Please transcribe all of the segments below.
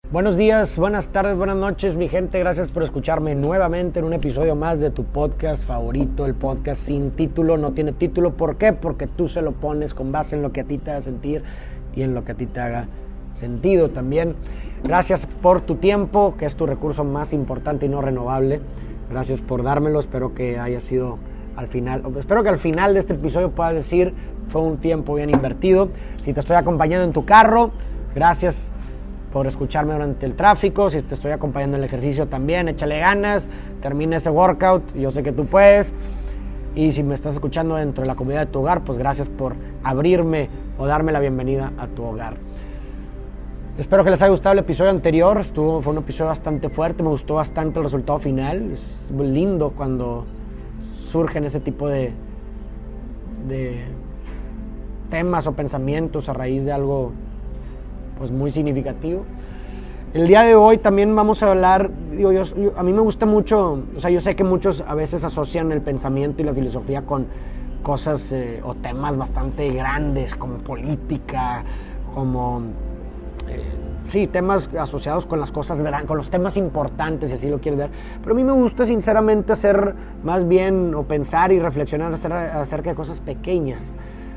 Buenos días, buenas tardes, buenas noches, mi gente. Gracias por escucharme nuevamente en un episodio más de tu podcast favorito, el podcast sin título. No tiene título, ¿por qué? Porque tú se lo pones con base en lo que a ti te haga sentir y en lo que a ti te haga sentido también. Gracias por tu tiempo, que es tu recurso más importante y no renovable. Gracias por dármelo, espero que haya sido al final. Espero que al final de este episodio puedas decir, fue un tiempo bien invertido. Si te estoy acompañando en tu carro, gracias por escucharme durante el tráfico. Si te estoy acompañando en el ejercicio también, échale ganas, termina ese workout, yo sé que tú puedes. Y si me estás escuchando dentro de la comunidad de tu hogar, pues gracias por abrirme o darme la bienvenida a tu hogar. Espero que les haya gustado el episodio anterior. Fue un episodio bastante fuerte, me gustó bastante el resultado final. Es muy lindo cuando surgen ese tipo de temas o pensamientos a raíz de algo pues muy significativo. El día de hoy también vamos a hablar, a mí me gusta mucho, yo sé que muchos a veces asocian el pensamiento y la filosofía con cosas o temas bastante grandes como política, como temas asociados con las cosas, con los temas importantes, si así lo quieres ver. Pero a mí me gusta sinceramente hacer más bien o pensar y reflexionar acerca de cosas pequeñas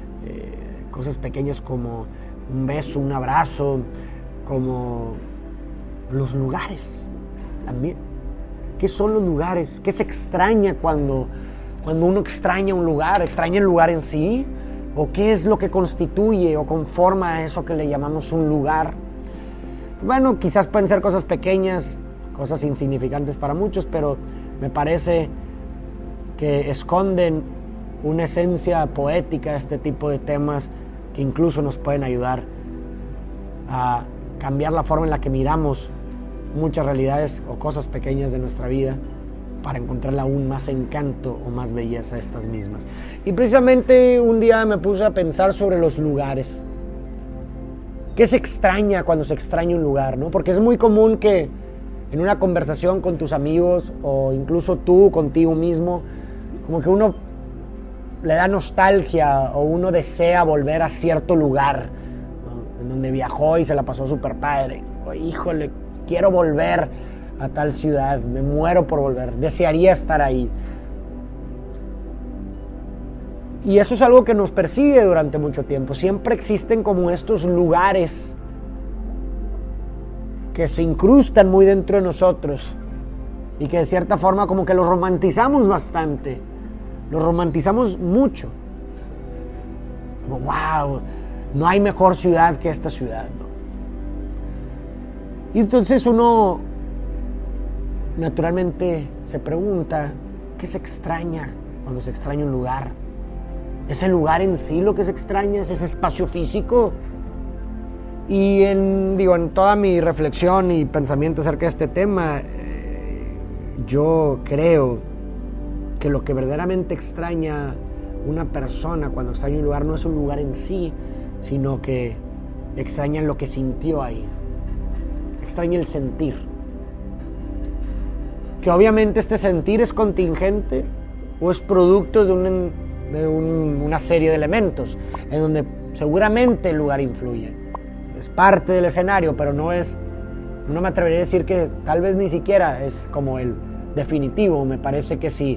como un beso, un abrazo, como los lugares también. ¿Qué son los lugares? ¿Qué se extraña cuando uno extraña un lugar? ¿Extraña el lugar en sí? ¿O qué es lo que constituye o conforma a eso que le llamamos un lugar? Bueno, quizás pueden ser cosas pequeñas, cosas insignificantes para muchos, pero me parece que esconden una esencia poética de este tipo de temas que incluso nos pueden ayudar a cambiar la forma en la que miramos muchas realidades o cosas pequeñas de nuestra vida para encontrarle aún más encanto o más belleza a estas mismas. Y precisamente un día me puse a pensar sobre los lugares. ¿Qué se extraña cuando se extraña un lugar, no? Porque es muy común que en una conversación con tus amigos o incluso tú contigo mismo, como que uno le da nostalgia o uno desea volver a cierto lugar, ¿no? En donde viajó y se la pasó súper padre. Híjole, quiero volver a tal ciudad, me muero por volver, desearía estar ahí. Y eso es algo que nos persigue durante mucho tiempo. Siempre existen como estos lugares que se incrustan muy dentro de nosotros y que de cierta forma como que los romantizamos bastante. Los romantizamos mucho. Como, wow, no hay mejor ciudad que esta ciudad, ¿no? Y entonces uno naturalmente se pregunta, ¿qué se extraña cuando se extraña un lugar? ¿Es el lugar en sí lo que se extraña? ¿Es ese espacio físico? Y en toda mi reflexión y pensamiento acerca de este tema, yo creo que lo que verdaderamente extraña una persona cuando extraña un lugar no es un lugar en sí, sino que extraña lo que sintió ahí. Extraña el sentir. Que obviamente este sentir es contingente o es producto de una serie de elementos en donde seguramente el lugar influye. Es parte del escenario, pero no me atrevería a decir que tal vez ni siquiera es como el definitivo. Me parece que si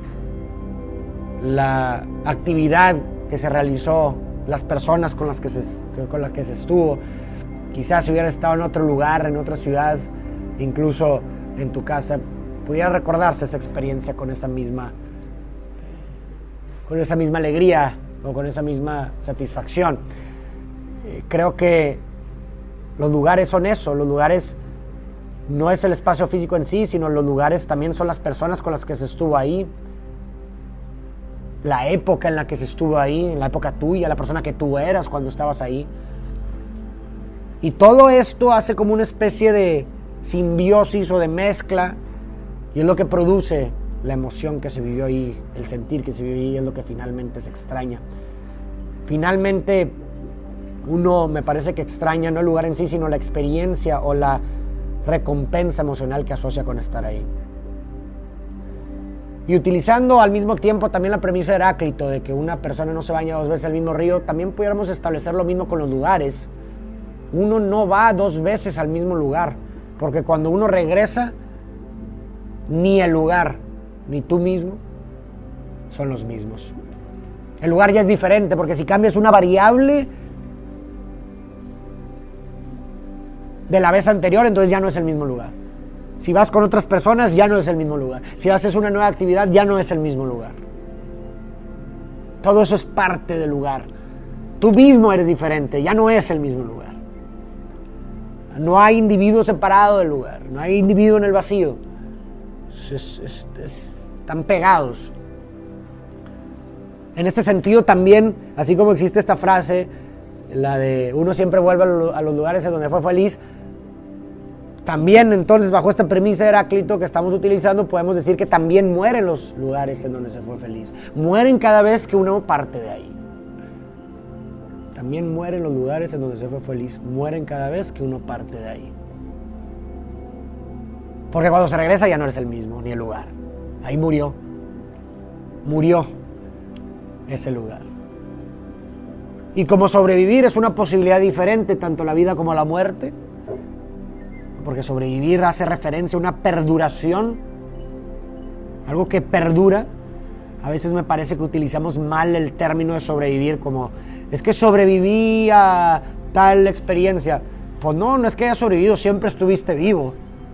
la actividad que se realizó, las personas con las que se estuvo, quizás si hubiera estado en otro lugar, en otra ciudad, incluso en tu casa, pudiera recordarse esa experiencia con esa misma alegría o con esa misma satisfacción. Creo que los lugares son eso. Los lugares no es el espacio físico en sí, sino los lugares también son las personas con las que se estuvo ahí, la época en la que se estuvo ahí, la época tuya, la persona que tú eras cuando estabas ahí. Y todo esto hace como una especie de simbiosis o de mezcla, y es lo que produce la emoción que se vivió ahí, el sentir que se vivió ahí, es lo que finalmente se extraña. Finalmente, uno me parece que extraña no el lugar en sí, sino la experiencia o la recompensa emocional que asocia con estar ahí. Y utilizando al mismo tiempo también la premisa de Heráclito de que una persona no se baña 2 veces al mismo río, también pudiéramos establecer lo mismo con los lugares. Uno no va 2 veces al mismo lugar, porque cuando uno regresa, ni el lugar, ni tú mismo son los mismos. El lugar ya es diferente, porque si cambias una variable de la vez anterior, entonces ya no es el mismo lugar. Si vas con otras personas, ya no es el mismo lugar. Si haces una nueva actividad, ya no es el mismo lugar. Todo eso es parte del lugar. Tú mismo eres diferente, ya no es el mismo lugar. No hay individuo separado del lugar, no hay individuo en el vacío. Están pegados. En este sentido también, así como existe esta frase, la de uno siempre vuelve a los lugares en donde fue feliz, también entonces bajo esta premisa de Heráclito que estamos utilizando, podemos decir que también mueren los lugares en donde se fue feliz. Mueren cada vez que uno parte de ahí. También mueren los lugares en donde se fue feliz. Mueren cada vez que uno parte de ahí. Porque cuando se regresa ya no eres el mismo, ni el lugar. Ahí murió. Murió ese lugar. Y como sobrevivir es una posibilidad diferente, tanto la vida como la muerte, porque sobrevivir hace referencia a una perduración, algo que perdura. A veces me parece que utilizamos mal el término de sobrevivir como, es que sobreviví a tal experiencia. Pues no es que hayas sobrevivido, siempre estuviste vivo.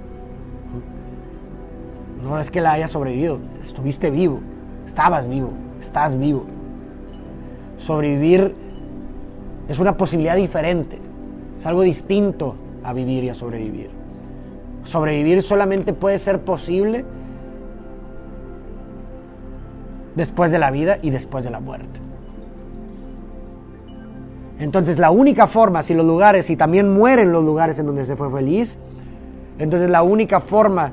No es que la hayas sobrevivido, estuviste vivo, estabas vivo, estás vivo. Sobrevivir es una posibilidad diferente, es algo distinto a vivir y a sobrevivir. Sobrevivir solamente puede ser posible después de la vida y después de la muerte. Entonces la única forma, si también mueren los lugares en donde se fue feliz, entonces la única forma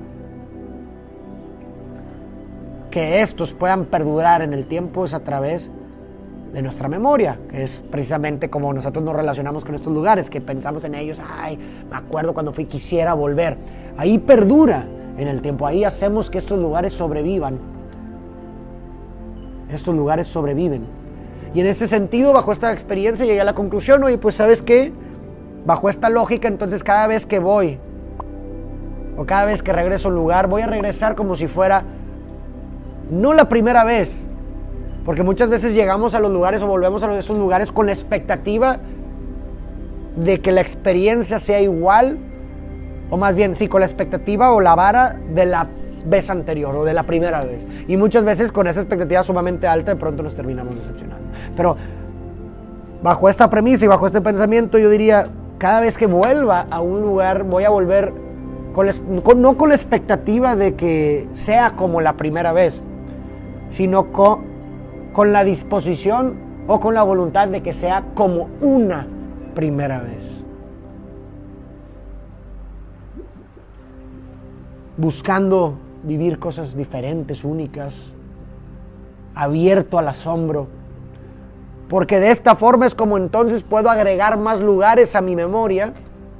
que estos puedan perdurar en el tiempo es a través de nuestra memoria, que es precisamente como nosotros nos relacionamos con estos lugares, que pensamos en ellos, me acuerdo cuando fui, quisiera volver. Ahí perdura en el tiempo, ahí hacemos que estos lugares sobrevivan. Estos lugares sobreviven. Y en ese sentido, bajo esta experiencia, llegué a la conclusión, oye, pues ¿sabes qué? Bajo esta lógica, entonces cada vez que voy, o cada vez que regreso a un lugar, voy a regresar como si fuera, no la primera vez, porque muchas veces llegamos a los lugares o volvemos a esos lugares con la expectativa de que la experiencia sea igual, o más bien, sí, con la expectativa o la vara de la vez anterior o de la primera vez. Y muchas veces con esa expectativa sumamente alta de pronto nos terminamos decepcionando. Pero bajo esta premisa y bajo este pensamiento yo diría, cada vez que vuelva a un lugar voy a volver no con la expectativa de que sea como la primera vez, sino con la disposición o con la voluntad de que sea como una primera vez. Buscando vivir cosas diferentes, únicas, abierto al asombro, porque de esta forma es como entonces puedo agregar más lugares a mi memoria,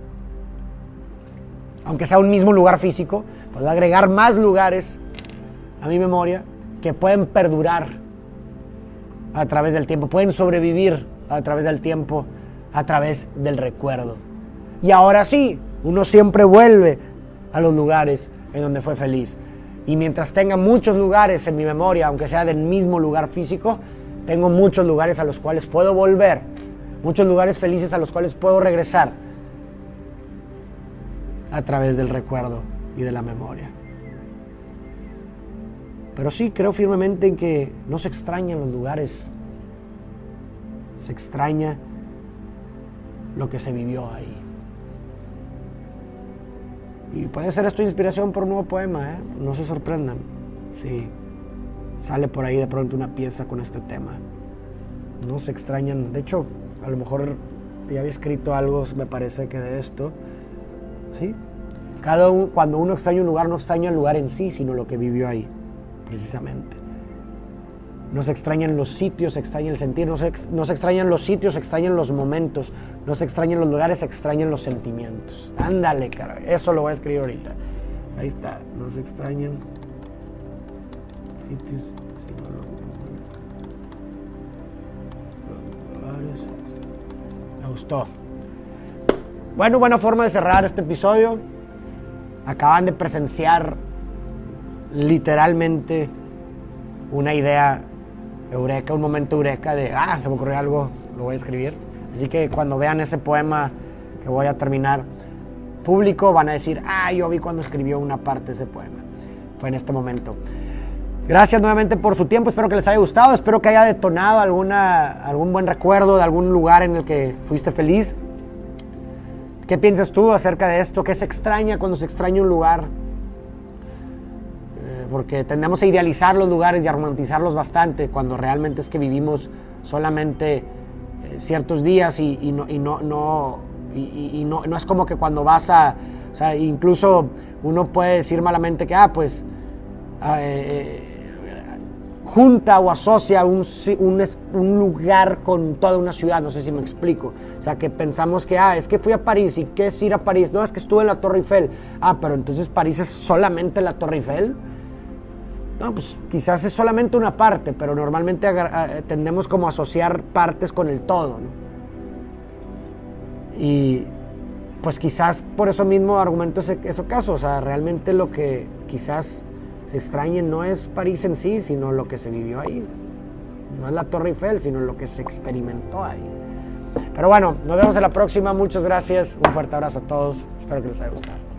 aunque sea un mismo lugar físico, puedo agregar más lugares a mi memoria que pueden perdurar a través del tiempo, pueden sobrevivir a través del tiempo, a través del recuerdo. Y ahora sí, uno siempre vuelve a los lugares en donde fue feliz. Y mientras tenga muchos lugares en mi memoria, aunque sea del mismo lugar físico, tengo muchos lugares a los cuales puedo volver, muchos lugares felices a los cuales puedo regresar a través del recuerdo y de la memoria. Pero sí, creo firmemente en que no se extrañan los lugares, se extraña lo que se vivió ahí. Y puede ser esto inspiración por un nuevo poema, no se sorprendan. Sí, sale por ahí de pronto una pieza con este tema. No se extrañan, de hecho, a lo mejor ya había escrito algo, me parece que de esto. ¿Sí? Cuando uno extraña un lugar, no extraña el lugar en sí, sino lo que vivió ahí, precisamente. No se extrañan los sitios, se extraña el sentir, no se extrañan los sitios, se extrañan los momentos, no se extrañan los lugares, se extrañan los sentimientos. Ándale, caray, eso lo voy a escribir ahorita. Ahí está, no se extrañan sitios, sino los lugares. Me gustó. Bueno, buena forma de cerrar este episodio. Acaban de presenciar literalmente una idea eureka, un momento eureka de, se me ocurrió algo, lo voy a escribir. Así que cuando vean ese poema que voy a terminar público, van a decir, yo vi cuando escribió una parte de ese poema. Fue en este momento. Gracias nuevamente por su tiempo, espero que les haya gustado, espero que haya detonado algún buen recuerdo de algún lugar en el que fuiste feliz. ¿Qué piensas tú acerca de esto? ¿Qué se extraña cuando se extraña un lugar? Porque tendemos a idealizar los lugares y a romantizarlos bastante cuando realmente es que vivimos solamente ciertos días y no es como que cuando vas o sea, incluso uno puede decir malamente que junta o asocia un lugar con toda una ciudad, no sé si me explico. O sea, que pensamos que, es que fui a París, ¿y qué es ir a París? No, es que estuve en la Torre Eiffel. Pero entonces París es solamente la Torre Eiffel. No, pues quizás es solamente una parte, pero normalmente tendemos como a asociar partes con el todo, ¿no? Y pues quizás por eso mismo argumento ese caso. O sea, realmente lo que quizás se extrañe no es París en sí, sino lo que se vivió ahí. No es la Torre Eiffel, sino lo que se experimentó ahí. Pero bueno, nos vemos en la próxima. Muchas gracias. Un fuerte abrazo a todos. Espero que les haya gustado.